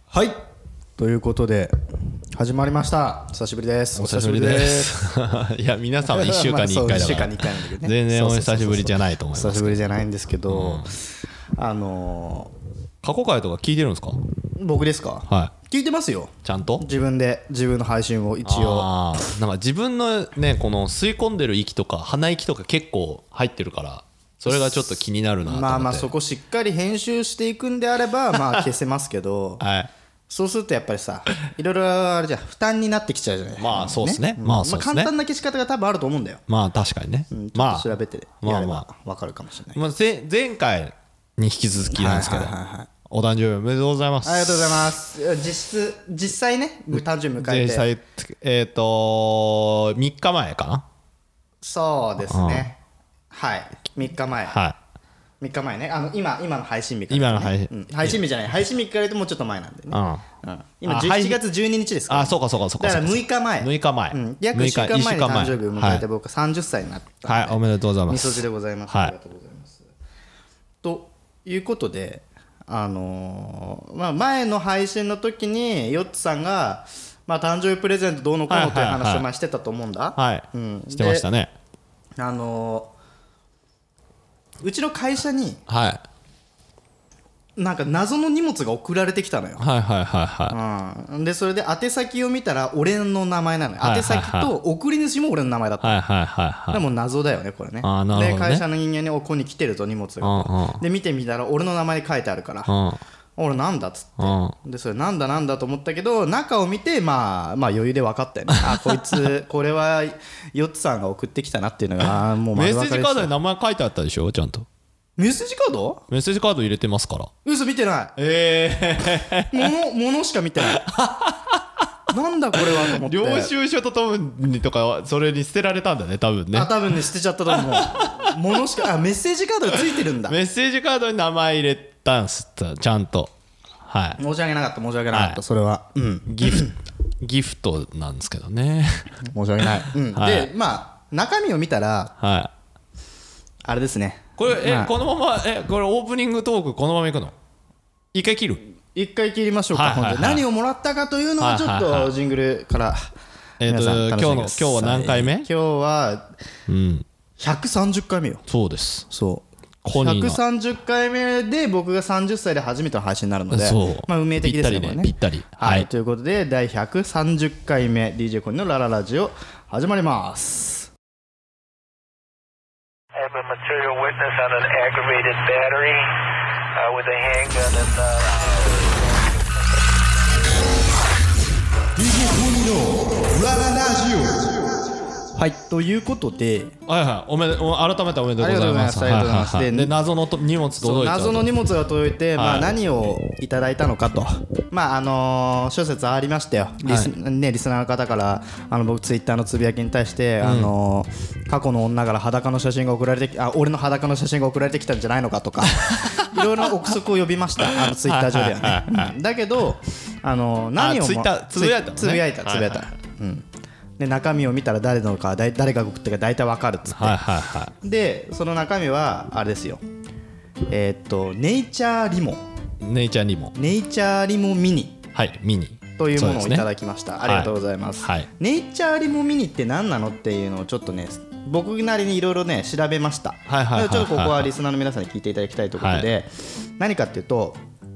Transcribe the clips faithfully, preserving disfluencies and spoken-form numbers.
はいということで始まりました。久しぶりです。 お久しぶりですいや皆さんはいっしゅうかんにいっかいだから全然お久しぶりじゃないと思います。 久しぶりじゃないんですけど、うん、あのー、過去回とか聞いてるんですか？ 僕ですか？ はい、 聞いてますよ。 ちゃんと自分で自分の配信を一応あなんか自分のねこの吸い込んでる息とか鼻息とか結構入ってるからそれがちょっと気になるなと思って。 まあまあそこしっかり編集していくんであればまあ消せますけど、はい、そうするとやっぱりさいろいろあれじゃ負担になってきちゃうじゃない。 まあそうですね、 ね、 まあそうですね、 まあ、簡単な消し方が多分あると思うんだよ。 まあ確かにね、 うん、ちょっと調べてやれば分かるかもしれない。 まあ、前回に引き続きなんですけど、はいはいはいはい、お誕生日おめでとうございます。 ありがとうございます。実質実際ね誕生日迎えて実際えっ、ー、とみっかまえかな。 そうですね、はい、みっかまえ、 はい、 みっかまえね。あの 今, 今の配信日から、ね、 今の配信、 うん、配信日じゃない配信日から言うともうちょっと前なんでね、うんうん、今じゅういちがつじゅうににちですから、ね、 あそうかそうかそうかだからむいかまえむいかまえ、うん、 約いっしゅうかんまえに誕生日を迎えて僕はさんじゅっさいになったので、 はい、おめでとうございます。 みそじでございます、はい、ありがとうございます。ということであのーまあ、前の配信の時にヨッツさんが、まあ、誕生日プレゼントどうのこうのという話をまあしてたと思うんだ。 はい、うん、してましたね。 あのー、うちの会社に、 はい、 なんか謎の荷物が送られてきたのよ。 はいはいはいはい、 うん、でそれで宛先を見たら俺の名前なのよ、はいはいはい、宛先と送り主も俺の名前だった、はいはいはいはい、でも謎だよねこれね。 あ、なるほどね。 で会社の人間にここに来てると荷物が、うんうん、で見てみたら俺の名前書いてあるから、うん、俺なんだっつって、うん、でそれなんだなんだと思ったけど中を見て、まあ、まあ余裕で分かったよねあこいつこれはヨッツさんが送ってきたなっていうのがもうメッセージカードに名前書いてあったでしょ。ちゃんとメッセージカードメッセージカード入れてますから。 嘘見てない。 ええー、物物しか見てないなんだこれはと思って。 領収書とともにとかそれに捨てられたんだね多分ね。 あ多分ね捨てちゃったと思う物しかあメッセージカードがついてるんだ。 メッセージカードに名前入れたんすちゃんと。はい、 申し訳なかった申し訳なかった、はい、それは、うん、 ギフギフトなんですけどね申し訳ない、うんはい、でまあ中身を見たら、はい、あれですねこれえ、 まあ、 このままえこれオープニングトークこのままいくの？一回切る？ 一回切りましょうか、はいはいはい、何をもらったかというのはちょっとジングルから皆さん楽しみください。 今日の今日は何回目？ 今日はひゃくさんじゅっかいめよ。 そうです。 そうひゃくさんじゅっかいめで僕がさんじゅっさいで初めての配信になるので、まあ、運命的ですね。 ぴったりね、ぴったり、 はいはい、ということでだいひゃくさんじゅっかいめ ディージェー コニーのラララジオ始まります。ディージェー コニーのラララジオ。はいということで、 はいはい、おめで改めておめでとうございます。 ありがとうございます。 で謎の荷物届いた。 謎の荷物が届いて、はい、まあ何をいただいたのかと、まああのー、諸説ありましたよ。リス、はいね、リスナーの方からあの僕ツイッターのつぶやきに対して、うん、あのー、過去の女から裸の写真が送られてきあ俺の裸の写真が送られてきたんじゃないのかとかいろいろな憶測を呼びました。あのツイッター上ではね。はいはいはいはい、だけどあのー、何をツイッターつぶやいた、ね、 つぶやいたつぶやいた。はいはい、うんで中身を見たら誰のか誰が送ったか大体分かるっつって、はいはいはい、でその中身はあれですよ、えー、っとネイチャーリモネイチャーリモネイチャーリモミニ、 はい、ミニというものをいただきました、ね、ありがとうございます、はい、ネイチャーリモミニって何なのっていうのをちょっとね僕なりにいろいろね調べました。はいはいはいはい、ちょっとここはリスナーの皆さんに聞いていただきたいということで、はい、何かっていうと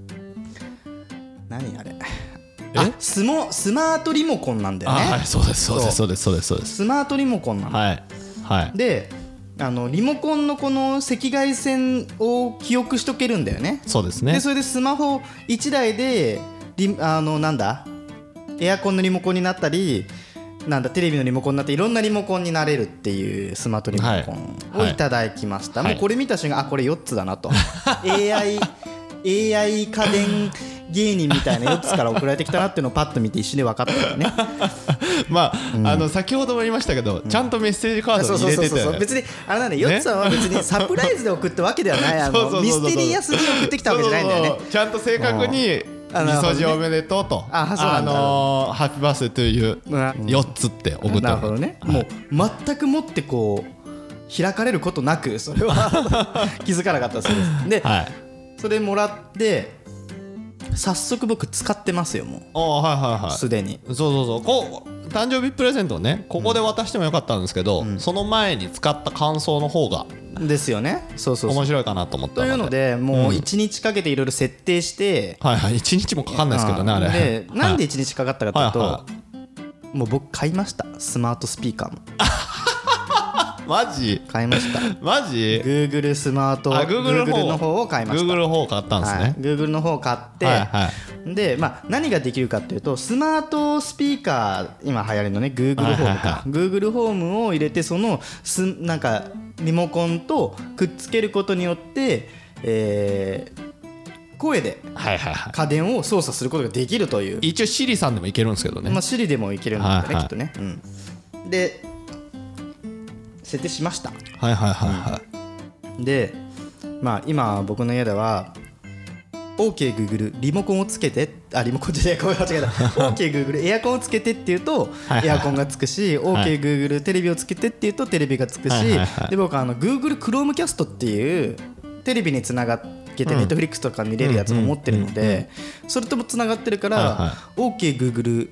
何あれあスモスマートリモコンなんだよね。 あ、はい、そうですそうですそうですそうですそうです。 スマートリモコンなの。 はいはい。 で、あのリモコンのこの赤外線を記憶しとけるんだよね。 そうですね。 でそれでスマホいちだいでリあのなんだエアコンのリモコンになったり、なんだテレビのリモコンになっていろんなリモコンになれるっていうスマートリモコンをいただきました。はいはい、もうこれ見た瞬間あこれよっつだなと。エーアイ エーアイ 家電芸人みたいなよっつから送られてきたなっていうのをパッと見て一瞬で分かったからねまあ、うん、あの先ほども言いましたけど、うん、ちゃんとメッセージカードに入れてて、ね、 別にあれなんでよっつさんは別にサプライズで送ったわけではないあのミステリアスに送ってきたわけじゃないんだよね。 そうそうそうちゃんと正確にみそじおめでとうと、 ああのー、ハッピーバースデーというよっつって送った、うん、 なるほどね、はい、もう全くもってこう開かれることなくそれは気づかなかったそうです。で、はい、それもらって早速僕使ってますよもうああはいはいはいすでに。 そうそうそうこう誕生日プレゼントをねここで渡してもよかったんですけど、うん、その前に使った感想の方がですよね。そうそうそう面白いかなと思ったのでというのでもういちにちかけていろいろ設定して、 うん、はいはいいちにちもかかんないですけどねあれでなんでいちにちかかったかというと、 はいはい、 もう僕買いましたスマートスピーカーもマジ買いましたマジ Google スマート Google の方を買いました Google の方を買ったんですね、はい、 Google の方を買って、 はいはい、 で、まあ、何ができるかっていうとスマートスピーカー今流行りのね Google ホームか、はいはいはい、Google ホームを入れてそのすなんかリモコンとくっつけることによって、えー、声で家電を操作することができるという、 一応 Siri さんでもいけるんですけどね、 まあ、Siri でもいけるんだよね、 はいはい、 きっとね、うん、で設定しました。 はいはいはいはい、 うん、で、まあ、今僕の家では OK Google リモコンをつけてあリモコンじゃないごめん間違えたOK Google エアコンをつけてって言うとエアコンがつくし、はいはい、OK Google テレビをつけてって言うとテレビがつくし、はいはいはい、で僕はあの Google Chromecast っていうテレビにつながってて Netflix とか見れるやつも持ってるのでそれともつながってるから、はいはい、OK Google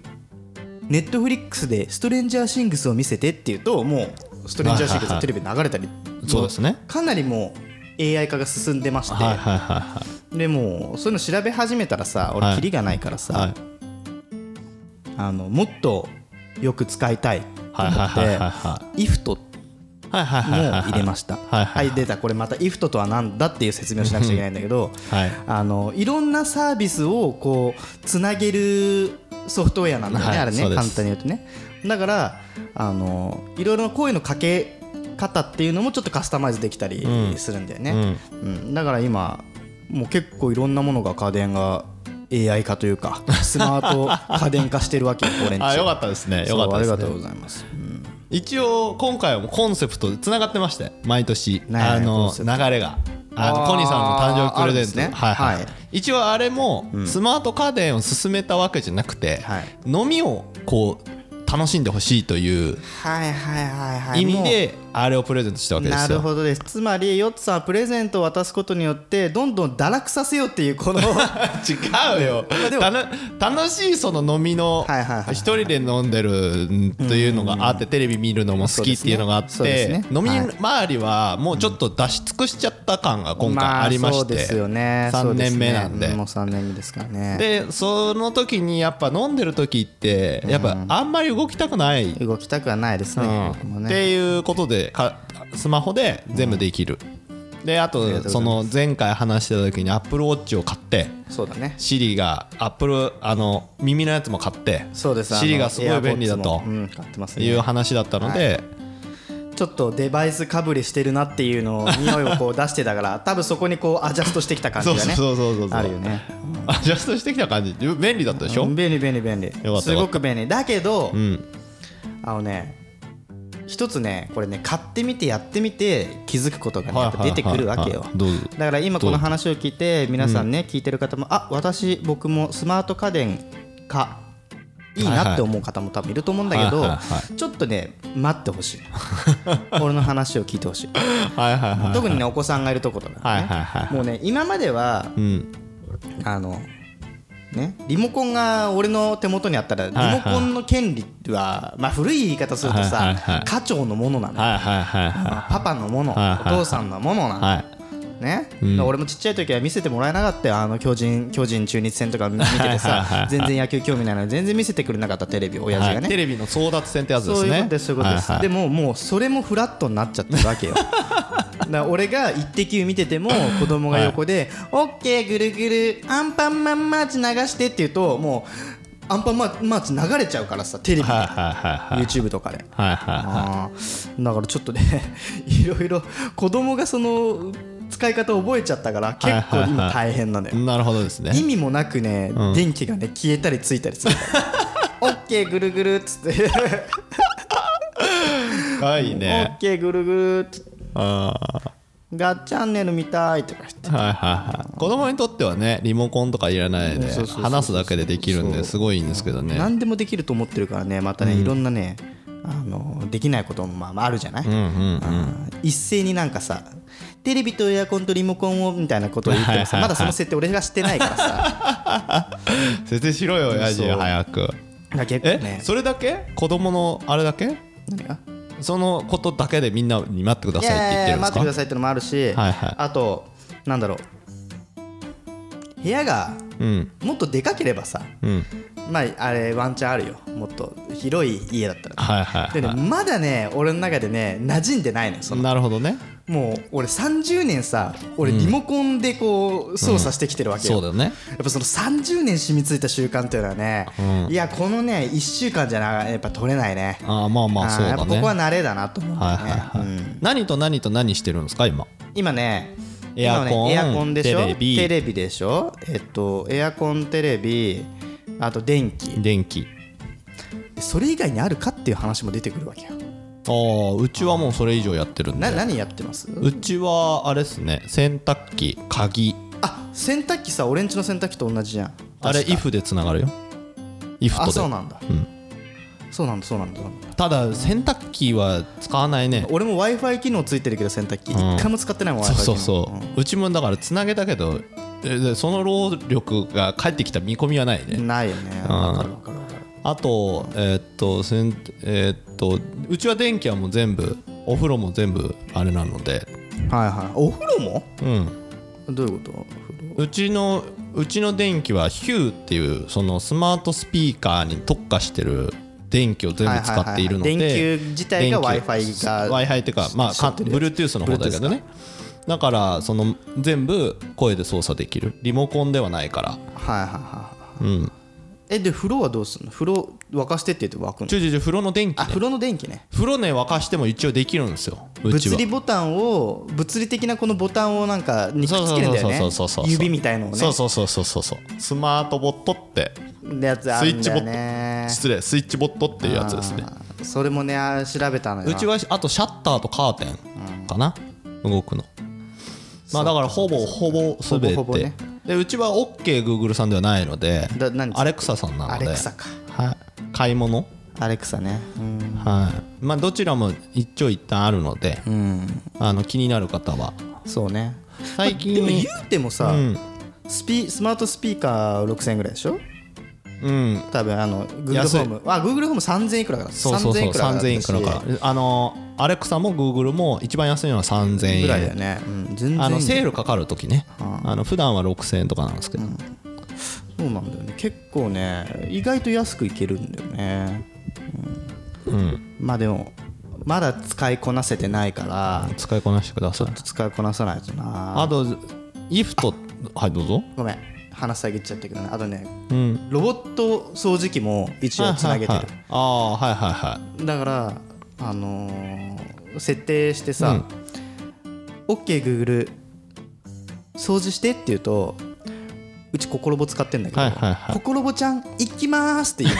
Netflix でストレンジャーシングスを見せてって言うともうストレンジャーシングスがテレビで流れたり、はいはいはい、 そうですね、 かなりもう エーアイ 化が進んでまして、 はいはいはいはい、 でもうそういうの調べ始めたらさ俺キリがないからさ、はい、あのもっとよく使いたいと思って イフト も入れました。はい出たこれまた イフト とはなんだっていう説明をしなくちゃいけないんだけど、はい、あのいろんなサービスをこうつなげるソフトウェアなんだよね、はい、あれね簡単に言うとね。だからあのいろいろな声のかけ方っていうのもちょっとカスタマイズできたりするんだよね、うんうん、だから今もう結構いろんなものが家電が エーアイ 化というかスマート家電化してるわけよ俺んち。 あよかったですねよかったですねありがとうございます、うん、 一応今回はもうコンセプトでつながってまして毎年あの流れがあのコニーさんの誕生日プレゼント、ねはいはいはい、一応あれもスマート家電を勧めたわけじゃなくて、うん、飲みをこう楽しんでほしいという意味であれをプレゼントしたわけですよ。 なるほどです。つまりヨッツさんはプレゼントを渡すことによってどんどん堕落させようっていうこの違うよ楽しいその飲みの一人で飲んでるというのがあってテレビ見るのも好きっていうのがあって飲み周りはもうちょっと出し尽くしちゃった感が今回ありましてさんねんめなんでもうさんねんめですからね。 でその時にやっぱ飲んでる時ってやっぱあんまり動きたくない動きたくはないですね、 うん、っていうことでかスマホで全部できる、うん、であとその前回話してた時に Apple Watch を買ってそうだね Siri が Apple あの耳のやつも買ってそうです Siri がすごい便利だという話だったので、 ちょっとデバイスかぶれしてるなっていうのを匂いをこう出してたから多分そこにこうアジャストしてきた感じがねあるよね、 うん、アジャストしてきた感じ便利だったでしょ、 うん、便利便利便利すごく便利だけど、うん、あのね一つねこれね買ってみてやってみて気づくことが、ね、やっぱ出てくるわけよ。だから今この話を聞いて皆さんね、うん、聞いてる方もあ私僕もスマート家電かいいなって思う方も多分いると思うんだけどちょっとね待ってほしい俺の話を聞いてほしい特にねお子さんがいるところとかねもうね今までは、うん、あのね、リモコンが俺の手元にあったらリモコンの権利はまあ古い言い方するとさ家長のものなのパパのものお父さんのものなのね、うん、俺もちっちゃい時は見せてもらえなかったよあの巨人巨人中日戦とか見ててさ全然野球興味ないのに全然見せてくれなかったテレビ親父がね、はい、 テレビの争奪戦ってやつですね。 そういうことですそういうことです、はいはい、でももうそれもフラットになっちゃってるわけよだから俺がイッテ Q 見てても子供が横で、はい、オッケーぐるぐるアンパンマンマーチ流してって言うともうアンパンマーチ流れちゃうからさテレビで YouTube とかで、はいはいはい、だからちょっとねいろいろ子供がその使い方を覚えちゃったから結構今大変なんだよ、 はいはいはい、なるほどですね。 意味もなくね、うん、電気がね消えたりついたりするオッケーぐるぐるっつってはいねオッケーぐるぐるっつってあガッチャンネル見たいとか言って、 はいはいはい、子供にとってはねリモコンとかいらないで話すだけでできるんですごいいいんですけどね。 何でもできると思ってるからねまたね、うん、いろんなねあのできないこともまああるじゃない、うんうんうん、一斉になんかさテレビとエアコンとリモコンをみたいなことを言ってもさまだその設定俺がしてないからさ設定しろよヤジ早く。 結構ね、 えそれだけ子供のあれだけ何がそのことだけでみんなに待ってくださいって言ってるんですか。いやいや待ってくださいってのもあるし、はいはい、あとなんだろう部屋がもっとでかければさ、うん、まああれワンチャンあるよもっと広い家だったら、 はいはいはい、 でねまだね俺の中でね馴染んでないのよその。 なるほどね。 もう俺さんじゅうねんさ俺リモコンでこう操作してきてるわけよ、 うんうん、そうだよね。 やっぱそのさんじゅうねん染みついた習慣っていうのはね、うん、いやこのねいっしゅうかんじゃなやっぱ取れないね。 あまあまあそうだね。やっぱここは慣れだなと思うね、はいはいはい、 うん、何と何と何してるんですか今。 今ねエアコン、 ね、エアコンでしょ、 テレビテレビでしょ、えっとエアコンテレビあと電気電気それ以外にあるかっていう話も出てくるわけよ。 あうちはもうそれ以上やってるんで。 な何やってます？ うちはあれですね洗濯機鍵。 あ洗濯機さ俺んちの洗濯機と同じじゃん。 あれ イフ でつながるよ。 イフ とで。 あそうなんだ、うん、そうなんだそうなんだ。 ただ洗濯機は使わないね。 俺も Wi-Fi 機能ついてるけど洗濯機、うん、一回も使ってないもん Wi-Fi 機能。 そうそうそう、うん、うちもだからつなげたけどその労力が返ってきた見込みはないね。 ないよね。分かる分かる分かる。 あとえー、っとせんえー、っとうちは電気はもう全部お風呂も全部あれなので。 はいはい。お風呂も？ うん。 どういうこと？ うちのうちの電気はヒューっていうそのスマートスピーカーに特化してる電気を全部使っているので、 電球自体が Wi-Fi が Wi-Fi っていうかまあ Bluetooth の方だけどね。だからその全部声で操作できるリモコンではないから。 はいはいはい。うん。えで風呂はどうするの？風呂沸かしてって言って沸くの？ ちょちょちょ風呂の電気ね。 あ風呂の電気ね。 風呂ね沸かしても一応できるんですよ。うちは物理ボタンを物理的なこのボタンをなんかにくっつけるんだよね。指みたいのをね。 そうそうそうそうそうそう。スマートボットってやつあるんだよね。失礼スイッチボットっていうやつですね。 それもね調べたのよ。 うちはあとシャッターとカーテンかな、うん、動くの。まあだからほぼほぼ全てほぼほぼ、ね、でうちは OKGoogle さんではないのでアレクサさんなので。 アレクサか、 はい、買い物アレクサね、うん、 はいまあどちらも一長一短あるので、うん、あの気になる方はそうね最近、 まあ、でも言うてもさ、うん、スピスマートスピーカーろくせんえんぐらいでしょ。うん多分あの Google ホームあ Google ホームさんぜんえんいくらからそうそうそうさんぜんえんいくらからあのアレクサも Google も一番安いのはさんぜんえんぐらいだよね、うん、全然いいあのセールかかるときね、うん、あの普段はろくせんえんとかなんですけど、うん、 そうなんだよね結構ね意外と安くいけるんだよね、うんうん、まあでもまだ使いこなせてないから使いこなしてください。 ちょっと使いこなさないとな。 あと イフ とはいどうぞごめん話遮っちゃったけどねあとね、うん、ロボット掃除機も一応つなげてる、はいはいはい、 ああはいはいはいだからあのー、設定してさ、うん、OKGoogle 掃除してって言うとうちココロボ使ってんだけど、はいはいはい、ココロボちゃん行きまーすって言う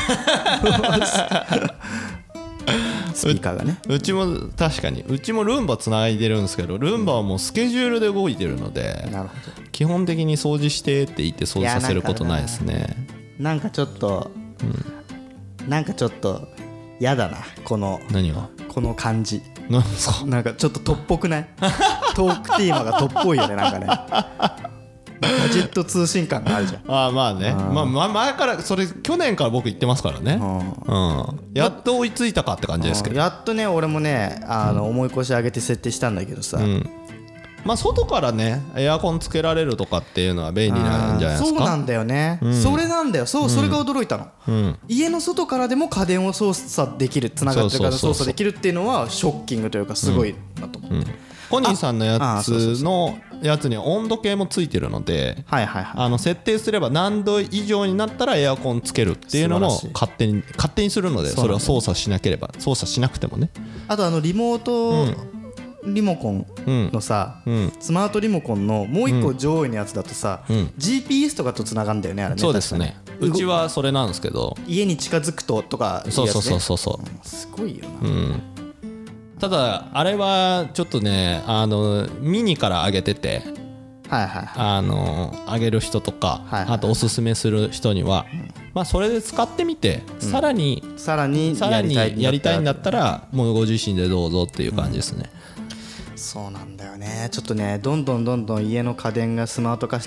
スピーカーがねう, うちも確かにうちもルンバつないでるんですけどルンバはもうスケジュールで動いてるので、うん、なるほど基本的に掃除してって言って掃除させることないですね。 なんかちょっと、うん、なんかちょっとやだなこの何がこの感じなんかちょっとトッぽくないトークテーマがトッぽいよねなんかねガジェット通信感があるじゃん。 ああまあねあまあ、まあ前からそれ去年から僕言ってますからね、うんうん、やっと追いついたかって感じですけどやっとね俺もねあの思い越し上げて設定したんだけどさ、うんまあ、外からねエアコンつけられるとかっていうのは便利なんじゃないですか。 そうなんだよね、うん、それなんだよそう、それが驚いたの、うん、家の外からでも家電を操作できるつながってるから操作できるっていうのはショッキングというかすごいなと思って、うんうん、 コニーさんのやつのやつには温度計もついてるので、 はいはいはい、 あの設定すれば何度以上になったらエアコンつけるっていうのも勝手に勝手にするのでそれを操作しなければ操作しなくてもね。 あとあのリモート、うんリモコンのさ、うんうん、スマートリモコンのもう一個上位のやつだとさ、うん、ジーピーエス とかとつながるんだよねあれね。 そうですねうちはそれなんですけど家に近づくととかいうやつ、ね、 そうそうそうそうそう、 うん、すごいよな、うん、 ただあれはちょっとねあのミニから上げててはいはいはい、あの上げる人とか、はいはいはい、あとおすすめする人には、うんまあ、それで使ってみて、うん、さらにさらにさらにやりたいんだったらもうご自身でどうぞっていう感じですね、 うん、そうなんだよねちょっとねどんどんどんどん家の家電がスマート化して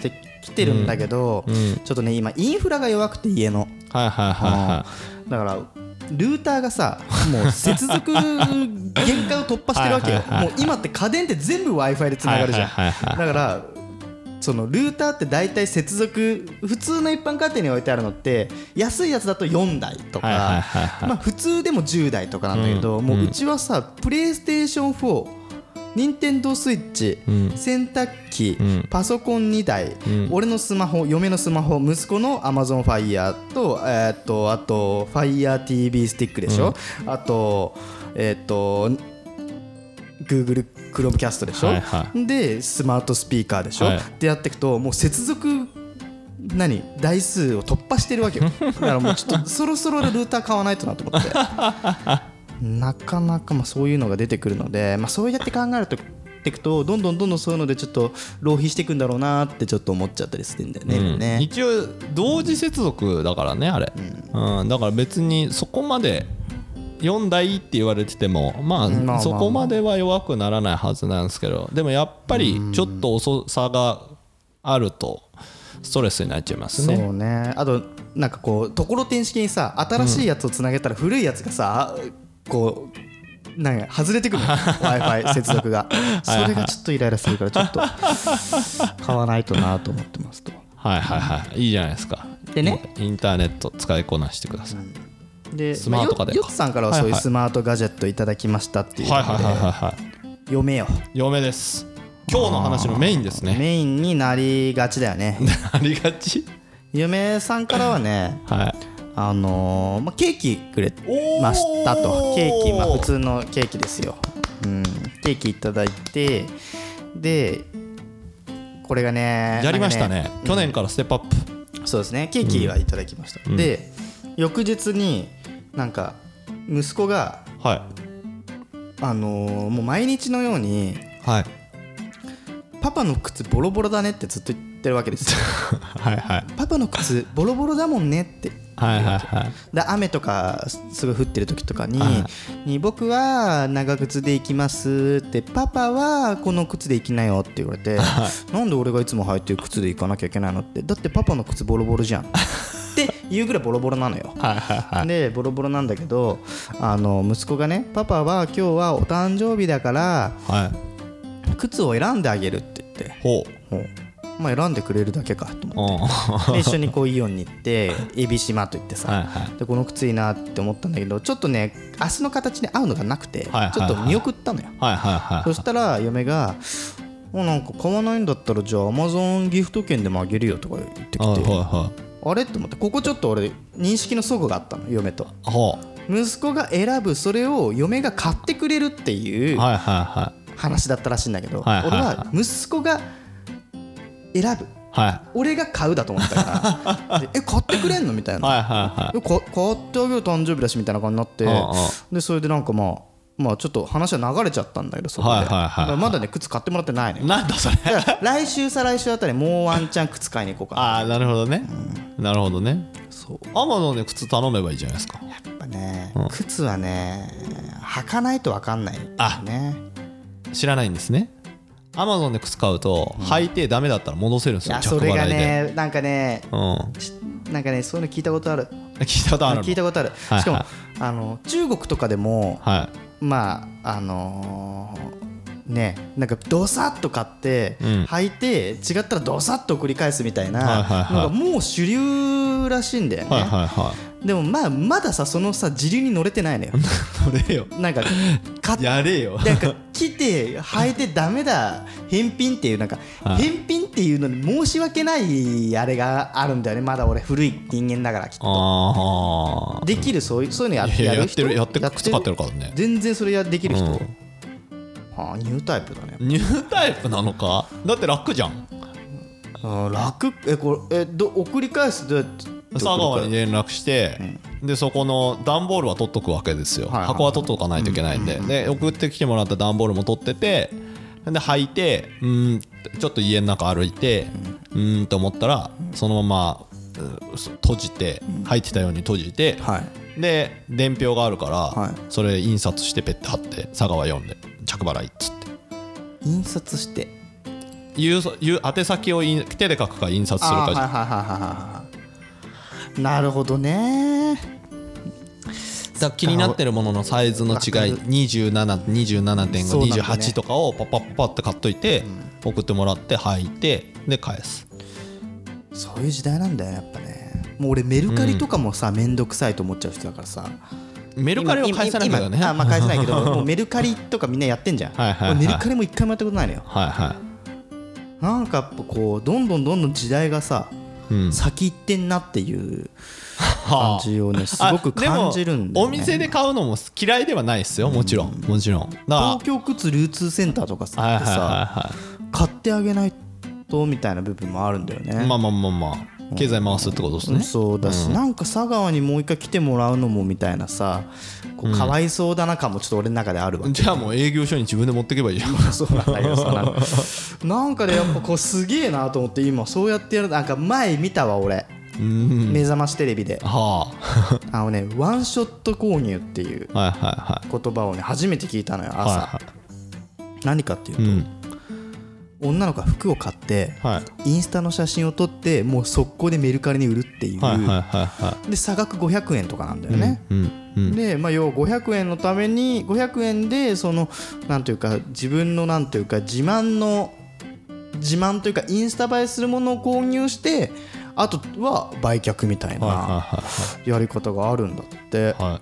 来てるんだけど、うんうん、ちょっとね今インフラが弱くて家の、 はいはいはいはい、 だからルーターがさもう接続限界を突破してるわけよ。もう今って家電って全部 Wi-Fi でつながるじゃん、はいはいはいはい、だからそのルーターって大体接続普通の一般家庭に置いてあるのって安いやつだとよんだいとか、はいはいはいはい、まあ、普通でもじゅうだいとかなんだけど、うん、もううちはさプレイステーションフォー、ニンテンドースイッチ、うん、洗濯機、うん、パソコンにだい、うん、俺のスマホ、嫁のスマホ、息子の Amazon Fire と、えー、っとあと Fire ティーブイ スティックでしょ、うん、あとえー、っとGoogle Chromecast でしょ、はいはい、でスマートスピーカーでしょ、はい、ってやっていくともう接続何台数を突破してるわけよ。だからもうちょっとそろそろルーター買わないとなと思ってなかなかまあそういうのが出てくるので、まあ、そうやって考えるといくとどんどんどんどんそういうのでちょっと浪費していくんだろうなってちょっと思っちゃったりするんだよね、うん、ね。 一応同時接続だからねあれ、うんうん、だから別にそこまでよんだいって言われてても、まあ、そこまでは弱くならないはずなんですけど、でもやっぱりちょっと遅さがあるとストレスになっちゃいますね。 そうね。あとなんかこうところてん式にさ新しいやつをつなげたら古いやつがさこうなんか外れてくるWi-Fi 接続がそれがちょっとイライラするからちょっと買わないとなと思ってますと。 はいはいはい、いいじゃないですか。でねインターネット使いこなしてください、うんでスマート家電か、まあ、よっさんからはそういうスマートガジェットいただきましたっていうので、はいはいはいはい、嫁よ嫁です。今日の話のメインですね。 メインになりがちだよねなりがち。 嫁さんからはね、はい、あのーまあ、ケーキくれましたと。ケーキ、まあ、普通のケーキですよ、うん、ケーキいただいて、でこれがねやりました ね, ね去年からステップアップ、 うん、そうですねケーキはいただきました、うん、で翌日になんか息子が、はい、あのー、もう毎日のように、はい、パパの靴ボロボロだねってずっと言ってるわけですよはい、はい、パパの靴ボロボロだもんねってはいはいはい、で雨とかすごい降ってる時とかに、はい、に僕は長靴で行きますって、パパはこの靴で行きなよって言われて、はい、なんで俺がいつも履いてる靴で行かなきゃいけないのって、だってパパの靴ボロボロじゃんっていうぐらいボロボロなのよはいはい、はい、でボロボロなんだけど、あの息子がね、パパは今日はお誕生日だから、はい、靴を選んであげるって言って、ほうほう、まあ、選んでくれるだけかと思ってで一緒にこうイオンに行ってエビシマと言ってさ、はいはい、でこの靴いいなって思ったんだけど、ちょっとね足の形に合うのがなくて、はいはいはい、ちょっと見送ったのよ、はいはいはいはい、そしたら嫁がなんか買わないんだったらじゃあ Amazon ギフト券でもあげるよとか言ってきて、はいはいはい、あれって思って、ここちょっと俺認識の齟齬があったの、嫁と、はあ、息子が選ぶそれを嫁が買ってくれるっていう話だったらしいんだけど、はいはいはい、俺は息子が選ぶ、はい、俺が買うだと思ったからでえ買ってくれんのみたいな、はいはいはい、か買ってあげる誕生日だしみたいな感じになって、ああでそれでなんかまあまあちょっと話は流れちゃったんだけど、そこで、はいはいはいはい、まだね靴買ってもらってないのよ。 なんだそれ来週再来週あたりもうワンチャン靴買いに行こうかな。 ああなるほどね、うん、なるほどね。そうアマゾンで靴頼めばいいじゃないですか。 やっぱね、うん、靴はね履かないと分かんない、ね、あ知らないんですね。アマゾンで靴買うと、うん、履いてダメだったら戻せるんですよ。いやそれがねなんかね、うん、なんかねそういうの聞いたことある。 聞いたことある聞いたことある、はいはい、しかもあの中国とかでも、はい、まああのー、ねなんかドサッと買って、うん、履いて違ったらドサッと繰り返すみたいなのがもう主流らしいんだよね、はいはいはい、でもまあまださそのさ時流に乗れてないのよ乗れよなんかやれよなんか来て履いてダメだ返品っていうなんか、はい、返品っていうのに申し訳ないあれがあるんだよね。まだ俺古い人間だからきっとあできるそういうそういうのやってやる人やってるやって靴買ってるからね。 全然それやできる人、うんはあ、ニュータイプだね。 ニュータイプなのか。だって楽じゃん。 あ楽えこれえど送り返すどうやって佐川に連絡して、うん、でそこの段ボールは取っとくわけですよ、はいはいはい、箱は取っとかないといけないんで、うんうんうん、で送ってきてもらった段ボールも取っててで履いてうんちょっと家の中歩いてうんーんと思ったらそのまま閉じて入ってたように閉じて、はい、で伝票があるから、はい、それ印刷してペッて貼って佐川読んで着払いっつって印刷して郵郵宛先を手で書くか印刷するかじゃん。 はいはいはいはい。なるほどね。 だ気になってるもののサイズの違いにじゅうなな、にじゅうななてんご、にじゅうはちとかをパッパッパッって買っといて送ってもらって履いてで返す。 そういう時代なんだよやっぱね。もう俺メルカリとかもさ、うん、めんどくさいと思っちゃう人だからさ。 メルカリを返さないけどね。 あ、まあ返せないけどもうメルカリとかみんなやってんじゃん。はいはいはい、メルカリも一回もやったことないのよ。はいはい、なんかやっぱこうどんどんどんどん時代がさ、うん、先行ってんなっていう感じをねすごく感じるんだよね。 お店で買うのも嫌いではないですよ、もちろん、うん、もちろん。 東京靴流通センターとかさ、はいはいはいはい、買ってあげないとみたいな部分もあるんだよね。 まあまあまあまあ経済回すってことですね、うん、 そうだし、うん、なんか佐川にもう一回来てもらうのもみたいなさ、こうかわいそうだな感もちょっと俺の中であるわけ、 うん、じゃあもう営業所に自分で持ってけばいいじゃん。 そうなんだけどさ、なんかなんかねやっぱこうすげえなと思って今そうやってやる。なんか前見たわ俺、うん、目覚ましテレビで、はあ、あのねワンショット購入っていう言葉をね初めて聞いたのよ朝、はいはい、何かっていうと、うん、女の子が服を買って、はい、インスタの写真を撮ってもう速攻でメルカリに売るっていう、はいはいはいはい、で差額ごひゃくえんとかなんだよね、うんうんうん、で、まあ、要はごひゃくえんのためにごひゃくえんでそのなんていうか自分のなんていうか自慢の自慢というかインスタ映えするものを購入してあとは売却みたいなやり方があるんだって、はい、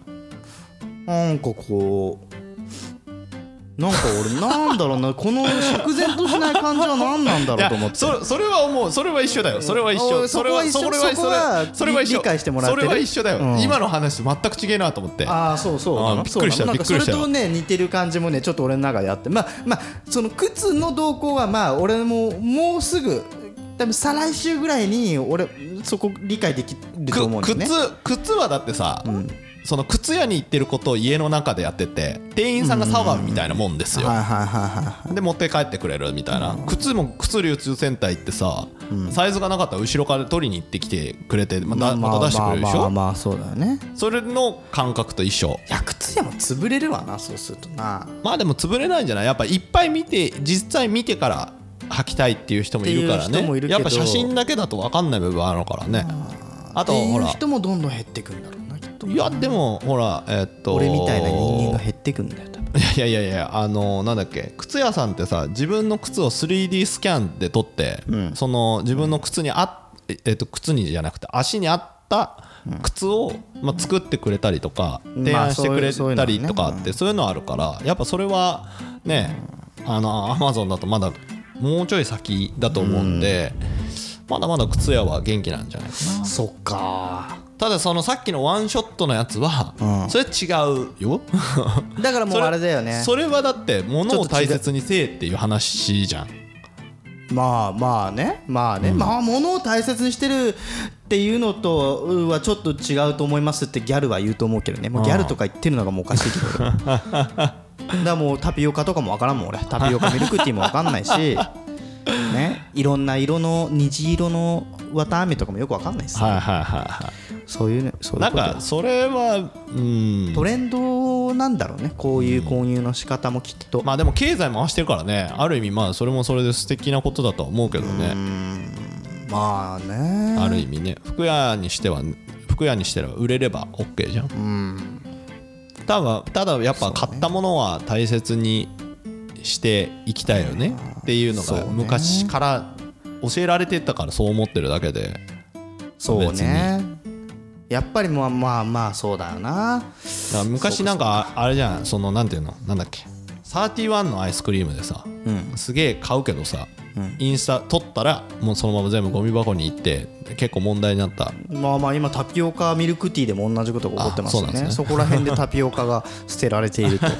なんかこうなんか俺なんだろうなこの釈然としない感じは何なんだろうと思って。 そ, それは思う。それは一緒だよ。それは一緒。 それは一緒。そこはそれは理解してもらってる。 それは一緒だよ、うん、今の話全く違えなと思って。 ああそうそう。 びっくりした。 なんかそれとね似てる感じもねちょっと俺の中であって、まあまあその靴の動向はまあ俺ももうすぐ多分再来週ぐらいに俺そこ理解できると思うんだよね。 靴靴はだってさ。うん、その靴屋に行ってることを家の中でやってて店員さんが騒ぐみたいなもんですよ。で持って帰ってくれるみたいな。靴も靴流通センター行ってさ、サイズがなかったら後ろから取りに行ってきてくれてまたまた出してくれるでしょ。 まあまあそうだよね。 それの感覚と一緒。 いや靴屋も潰れるわなそうするとな。 まあでも潰れないんじゃない。やっぱいっぱい見て実際見てから履きたいっていう人もいるからね。やっぱ写真だけだと分かんない部分あるからね。あとほらっていう人もどんどん減ってくんだろう。 いやでもほらえっと俺みたいな人間が減ってくんだよ多分。 いやいやいやあのなんだっけ靴屋さんってさ自分の靴を スリーディー スキャンで撮って、うん、その自分の靴にあえっと靴にじゃなくて足に合った靴を、まあ、作ってくれたりとか提案してくれたりとかってそういうのあるからやっぱそれはねあのアマゾンだとまだもうちょい先だと思うんで、うん、まだまだ靴屋は元気なんじゃないかな。 そっか。 ただそのさっきのワンショットのやつは、うん、それ違うよだからもうあれだよね。 それはだって物を大切にせえっていう話じゃん。 まあまあねまあね、うん、まあ物を大切にしてるっていうのとはちょっと違うと思いますってギャルは言うと思うけどね。もうギャルとか言ってるのがもうおかしいけどだからもうタピオカとかも分からんもん俺。タピオカミルクティーも分かんないしね、いろんな色の虹色の綿あめとかもよく分かんないですよ、はいはいはいはい、そういうねそういうことなんかそれはうんトレンドなんだろうねこういう購入の仕方もきっと、 うん、まあでも経済回してるからねある意味まあそれもそれで素敵なことだとは思うけどね。うーんまあねある意味ね服屋にしては服屋にしてれば売れれば OK じゃん。うんただただやっぱ買ったものは大切にしていきたいよねっていうのが昔から教えられてたからそう思ってるだけで。 そうねやっぱりまあまあまあそうだよな。だから昔なんかあれじゃんそのなんていうのなんだっけサーティワンのアイスクリームでさ、うん、すげえ買うけどさ、うん、インスタ撮ったらもうそのまま全部ゴミ箱に行って結構問題になった。 まあまあ今タピオカミルクティーでも同じことが起こってますよね。 そ, ねそこら辺でタピオカが捨てられていると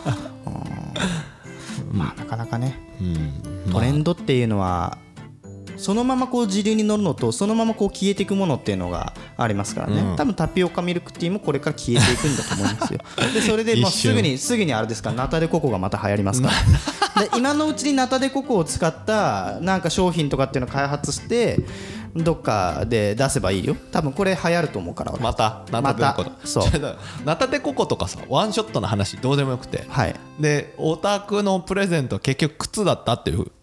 まあなかなかね、うん、トレンドっていうのはそのままこう時流に乗るのとそのままこう消えていくものっていうのがありますからね、うん、多分タピオカミルクティーもこれから消えていくんだと思いますよでそれでもうすぐにすぐにあれですからナタデココがまた流行りますからで今のうちにナタデココを使ったなんか商品とかっていうのを開発してどっかで出せばいいよ。多分これ流行ると思うからまたナタデココそうナタデココとかさワンショットの話どうでもよくて、はい、でオタクのプレゼント結局靴だったっていう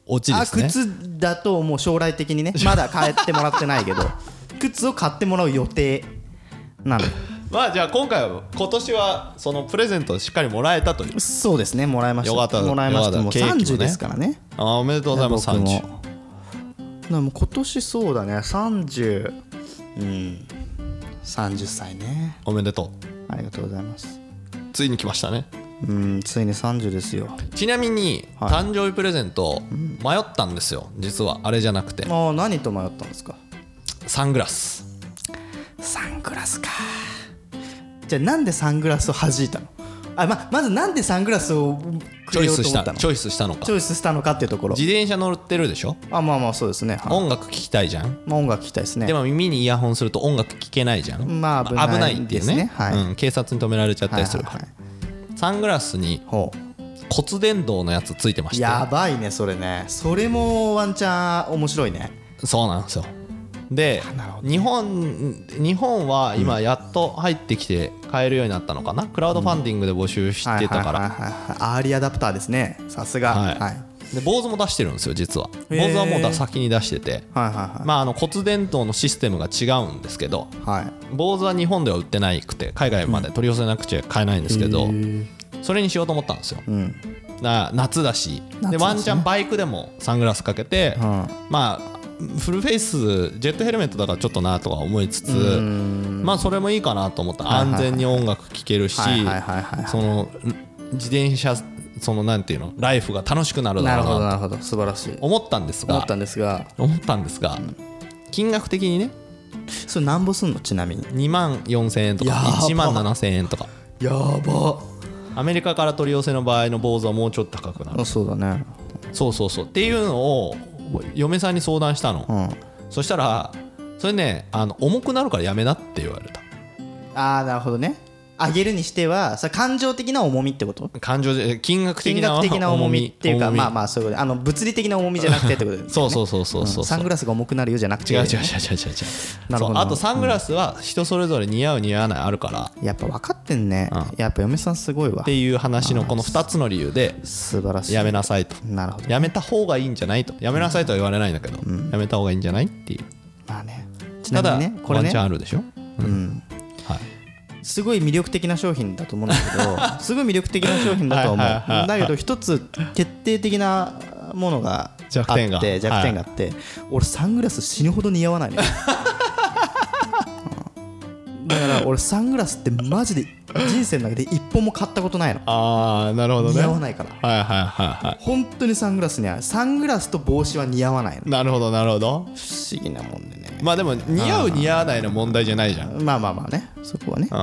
オチですね。 あ、靴だともう将来的にね、まだ買ってもらってないけど靴を買ってもらう予定なの。 まあじゃあ今回は今年はそのプレゼントをしっかりもらえたという。 そうですね、もらいました。 よかったもらいました。もうケーキもねさんじゅうですからね。 あ、おめでとうございます。さんじゅう。 でも今年そうだね、さんじゅう、うん、さんじゅっさいね。 おめでとう。 ありがとうございます。 ついに来ましたね。 うん、ついにさんじゅうですよ。 ちなみに、はい、誕生日プレゼント迷ったんですよ、実は。あれじゃなくて。 ああ、何と迷ったんですか？ サングラス。 サングラスか。じゃあなんでサングラスを弾いたの？あ、ま, まずなんでサングラスをくれようと思ったの？ チョイスしたのかチョイスしたのかっていうところ。 自転車乗ってるでしょ。 あ、まあまあそうですね、はい、 音楽聴きたいじゃん、 まあ、音楽聴きたいですね。 でも耳にイヤホンすると音楽聴けないじゃん、 まあ危ない、 危ないっていうね、 はい、 うん、警察に止められちゃったりするから、はいはいはい、サングラスに骨伝導のやつついてました。 やばいねそれね。それもワンチャン面白いね。 そうなんですよ。で、日本日本は今やっと入ってきて買えるようになったのかな、うん、クラウドファンディングで募集してたから。 アーリーアダプターですね、さすが。 はい、はい、で坊主も出してるんですよ実は。坊主はもう先に出してて、はいはいはい、まあ、あの骨伝導のシステムが違うんですけど、はい、坊主は日本では売ってないくて海外まで取り寄せなくちゃ買えないんですけど、うん、それにしようと思ったんですよ、うん、だ夏だし、でワンチャンバイクでもサングラスかけて、うん、まあフルフェイスジェットヘルメットだからちょっとなとは思いつつ、まあそれもいいかなと思った。安全に音楽聴けるし、その自転車そのなんていうのライフが楽しくなるだろうなと素晴らしい思ったんですが思ったんですが思ったんですが、金額的にね、 それ何ぼすんの？ちなみににまんよんせんえんとかいちまんななせんえんとか。 やば。 アメリカから取り寄せの場合の坊主はもうちょっと高くなる。 あ、そうだね。 そうそうそうっていうのを嫁さんに相談したの、うん、そしたらそれね、あの重くなるからやめなって言われた。 ああ、なるほどね。上げるにしてはそれ感情的な重みってこと？ 感情で金額的な重み、 金額的な重みっていうか、まあまあそういうことで、あの物理的な重みじゃなくてってことですね。 そうそうそうそうそう、うん、 サングラスが重くなるよじゃなくて。 違う違う違う違う違う。なるほど。あとサングラスは人それぞれ似合う似合わないあるから、 やっぱ分かってんね、うん、やっぱ嫁さんすごいわっていう話のこのふたつの理由で素晴らしい。 やめなさいと。 なるほど。 やめた方がいいんじゃないと。やめなさいとは言われないんだけど、うん、やめた方がいいんじゃないっていう。 まあね。ちなみにね、 これねワンチャンあるでしょ。 うん、うん、はい。すごい魅力的な商品だと思うんだけどすごい魅力的な商品だと思う。だけど一つ決定的なものがあって弱点が弱点があって、はい、俺サングラス死ぬほど似合わないのよだから俺サングラスってマジで人生の中で一本も買ったことないの。 ああ、なるほどね。 似合わないから。 はいはいはいはい。 本当にサングラスにはサングラスと帽子は似合わないの。 なるほどなるほど。 不思議なもんでね。 まあでも似合う似合わないの問題じゃないじゃん。 まあまあまあね、そこはね、 うん、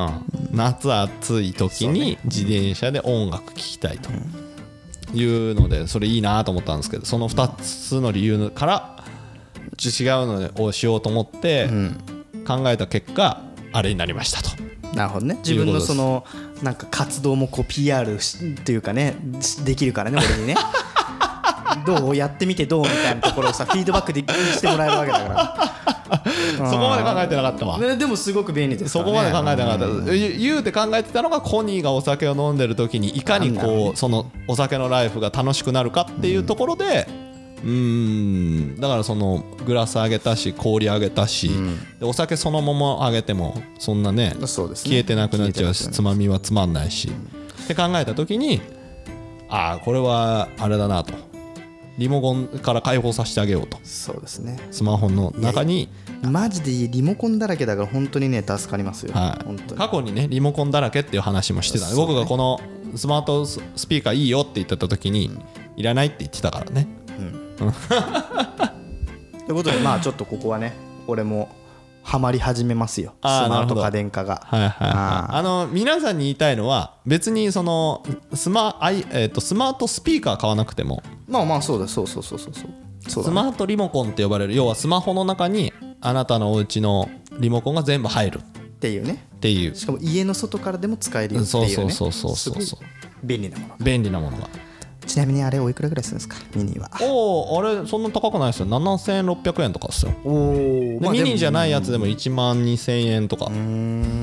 夏暑い時に自転車で音楽聴きたいというので、それいいなと思ったんですけど、そのふたつの理由から違うのをしようと思って考えた結果あれになりましたと。 なるほどね。自分のそのなんか活動もこう ピーアール というかねできるからね、俺にねどうやってみてどうみたいなところをさフィードバックでしてもらえるわけだからそこまで考えてなかったわ、 ね、でもすごく便利ですからね。 そこまで考えてなかった、うん、言うて考えてたのがコニーがお酒を飲んでる時にいかにこうそのお酒のライフが楽しくなるかっていうところで、うーんだからそのグラスあげたし氷あげたし、うん、でお酒そのままあげてもそんな ね, そうですね消えてなくなっちゃうしつまみはつまんないし、うん、って考えた時にああこれはあれだなと、リモコンから解放させてあげようと。 そうですね。 スマホの中にマジでリモコンだらけだから本当にね助かりますよ、 はい、 本当に過去にねリモコンだらけっていう話もしてた、ね、僕がこのスマートスピーカーいいよって言ってた時に、うん、いらないって言ってたからね、うん、 ということでまあちょっとここはね俺もハマり始めますよ、スマート家電化が。 はいはいはい、ああの皆さんに言いたいのは別にそのスマ、えーと、スマートスピーカー買わなくてもまあまあそうだそうそうそうそうそうそうだ、ね、 スマートリモコンって呼ばれる要はスマホの中にあなたのお家のリモコンが全部入るっていうねっていう、 しかも家の外からでも使えるよっていうね、 そうそうそうそうそうそう便利なものが便利なものが。 ちなみにあれおいくらぐらいするんですかミニは。 おおあれそんな高くないですよ、ななせんろっぴゃくえんとかですよ。お、まあ、ミニじゃないやつでもいちまんにせんえんとか。うーん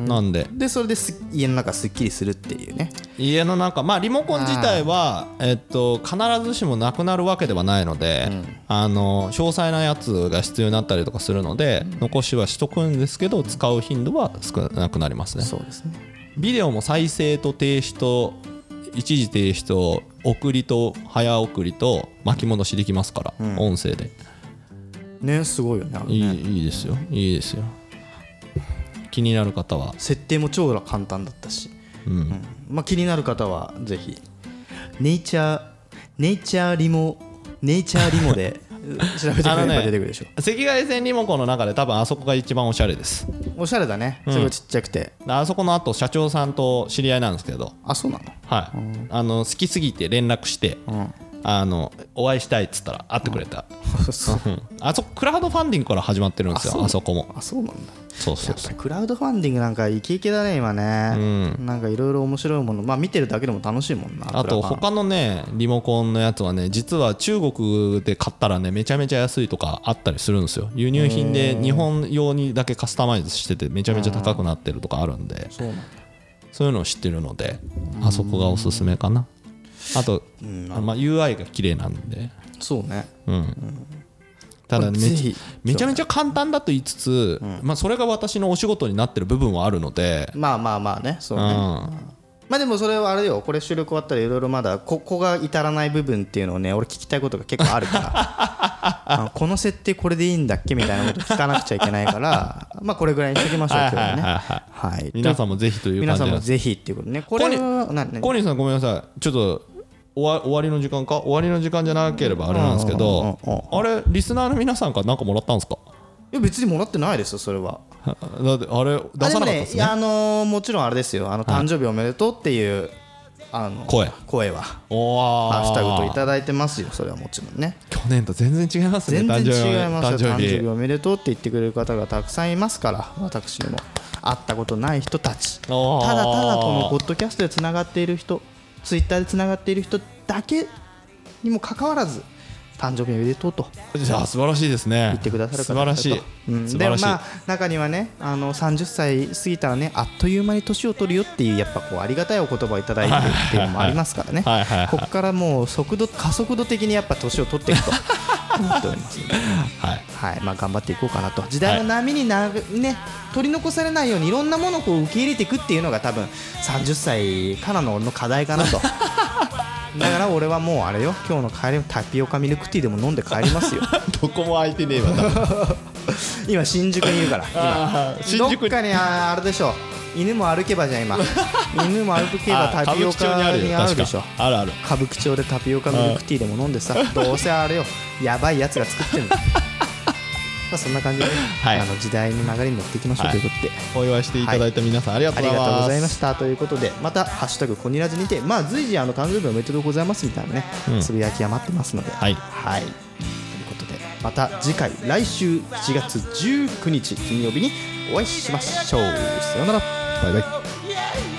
なんででそれです家の中すっきりするっていうね。 家の中まあリモコン自体はえっと必ずしもなくなるわけではないので、うん、あの詳細なやつが必要になったりとかするので、うん、残しはしとくんですけど使う頻度は少なくなりますね。 そうですね。 ビデオも再生と停止と一時停止と送りと早送りと巻き戻しできますから、うん、音声でね。すごいよね。 いい、いいですよいいですよ。気になる方は設定も超簡単だったし、うんうん、まあ、気になる方はぜひネイチャーネイチャーリモネイチャーリモで調べてくれれば出てくるでしょ。 赤外線リモコンの中で多分あそこが一番おしゃれです。 おしゃれだね。すごいちっちゃくて、 うん、あそこの後社長さんと知り合いなんですけど。 あ、そうなの。 はい、うん、あの好きすぎて連絡して、うん、あのお会いしたいっつったら会ってくれた、うん、あそこクラウドファンディングから始まってるんですよ。 あ, あそこも。 あ、そうなんだ。 そうそうそう。 やっぱりクラウドファンディングなんかイケイケだね今ね、うん、なんかいろいろ面白いもの、まあ見てるだけでも楽しいもんな。 あと他のねリモコンのやつはね実は中国で買ったらねめちゃめちゃ安いとかあったりするんですよ。輸入品で日本用にだけカスタマイズしててめちゃめちゃ高くなってるとかあるんで、そうなんだ。そういうのを知ってるのであそこがおすすめかな。あと、うん、まあ、ユーアイ が綺麗なんで。 そうね、 うんうん、ただ め, めちゃめちゃ簡単だと言いつつ、うん、まあ、それが私のお仕事になってる部分はあるので、 まあまあまあね、そうね、うん、まあでもそれはあれよ、これ収録終わったらいろいろまだここが至らない部分っていうのをね俺聞きたいことが結構あるからあこの設定これでいいんだっけみたいなこと聞かなくちゃいけないからまあこれぐらいにしときましょう今日はね。はい、 皆さんもぜひという感じで、 皆さんもぜひっていうことね。これは何コニーさんごめんなさい、ちょっと終わ、終わりの時間か終わりの時間じゃなければあれなんですけど、あれリスナーの皆さんから何かもらったんですか？ いや別にもらってないですよそれは。 だってあれ出さなかったですね。 あ、でもね、あのー、もちろんあれですよ、あの誕生日おめでとうっていう、はい、あの声声はハッシュタグといただいてますよ。それはもちろんね。 去年と全然違いますね。 全然違いますよ。誕生日おめでとうって言ってくれる方がたくさんいますから、私にも会ったことない人たち、ただただこのポッドキャストでつながっている人、ツイッターでつながっている人だけにもかかわらず誕生日おめでとうとじゃあ素晴らしいですね。 言ってくださる方素晴らしい、 うん、でもまあ中にはねあのさんじゅっさい過ぎたらねあっという間に年を取るよっていうやっぱこうありがたいお言葉をいただいてるっていうのもありますからねここからもう速度加速度的にやっぱ年を取っていくと思っておりますので、はいはい、まあ頑張っていこうかなと。時代の波にな、ね、取り残されないようにいろんなものをこう受け入れていくっていうのが多分さんじゅっさいからの俺の課題かなとだから俺はもうあれよ、今日の帰りタピオカミルクティーでも飲んで帰りますよどこも空いてねえわ今新宿にいるから今新宿どっかにあれでしょ、犬も歩けばじゃん今犬も歩けばタピオカにあるでしょ。 あるある。 歌舞伎町でタピオカミルクティーでも飲んでさ、どうせあれよやばいやつが作ってるのまあそんな感じで、ねはい、あの時代の流れに乗っていきましょうということで、 はい、お祝いしていただいた皆さん、はい、ありがとうございましたということで、またハッシュタグコニラジにて、まあ、随時あの誕生日おめでとうございますみたいなね、うん、つぶやきが待ってますので、はい、はい、ということでまた次回来週しちがつじゅうくにち金曜日にお会いしましょう。さようなら、バイバイ。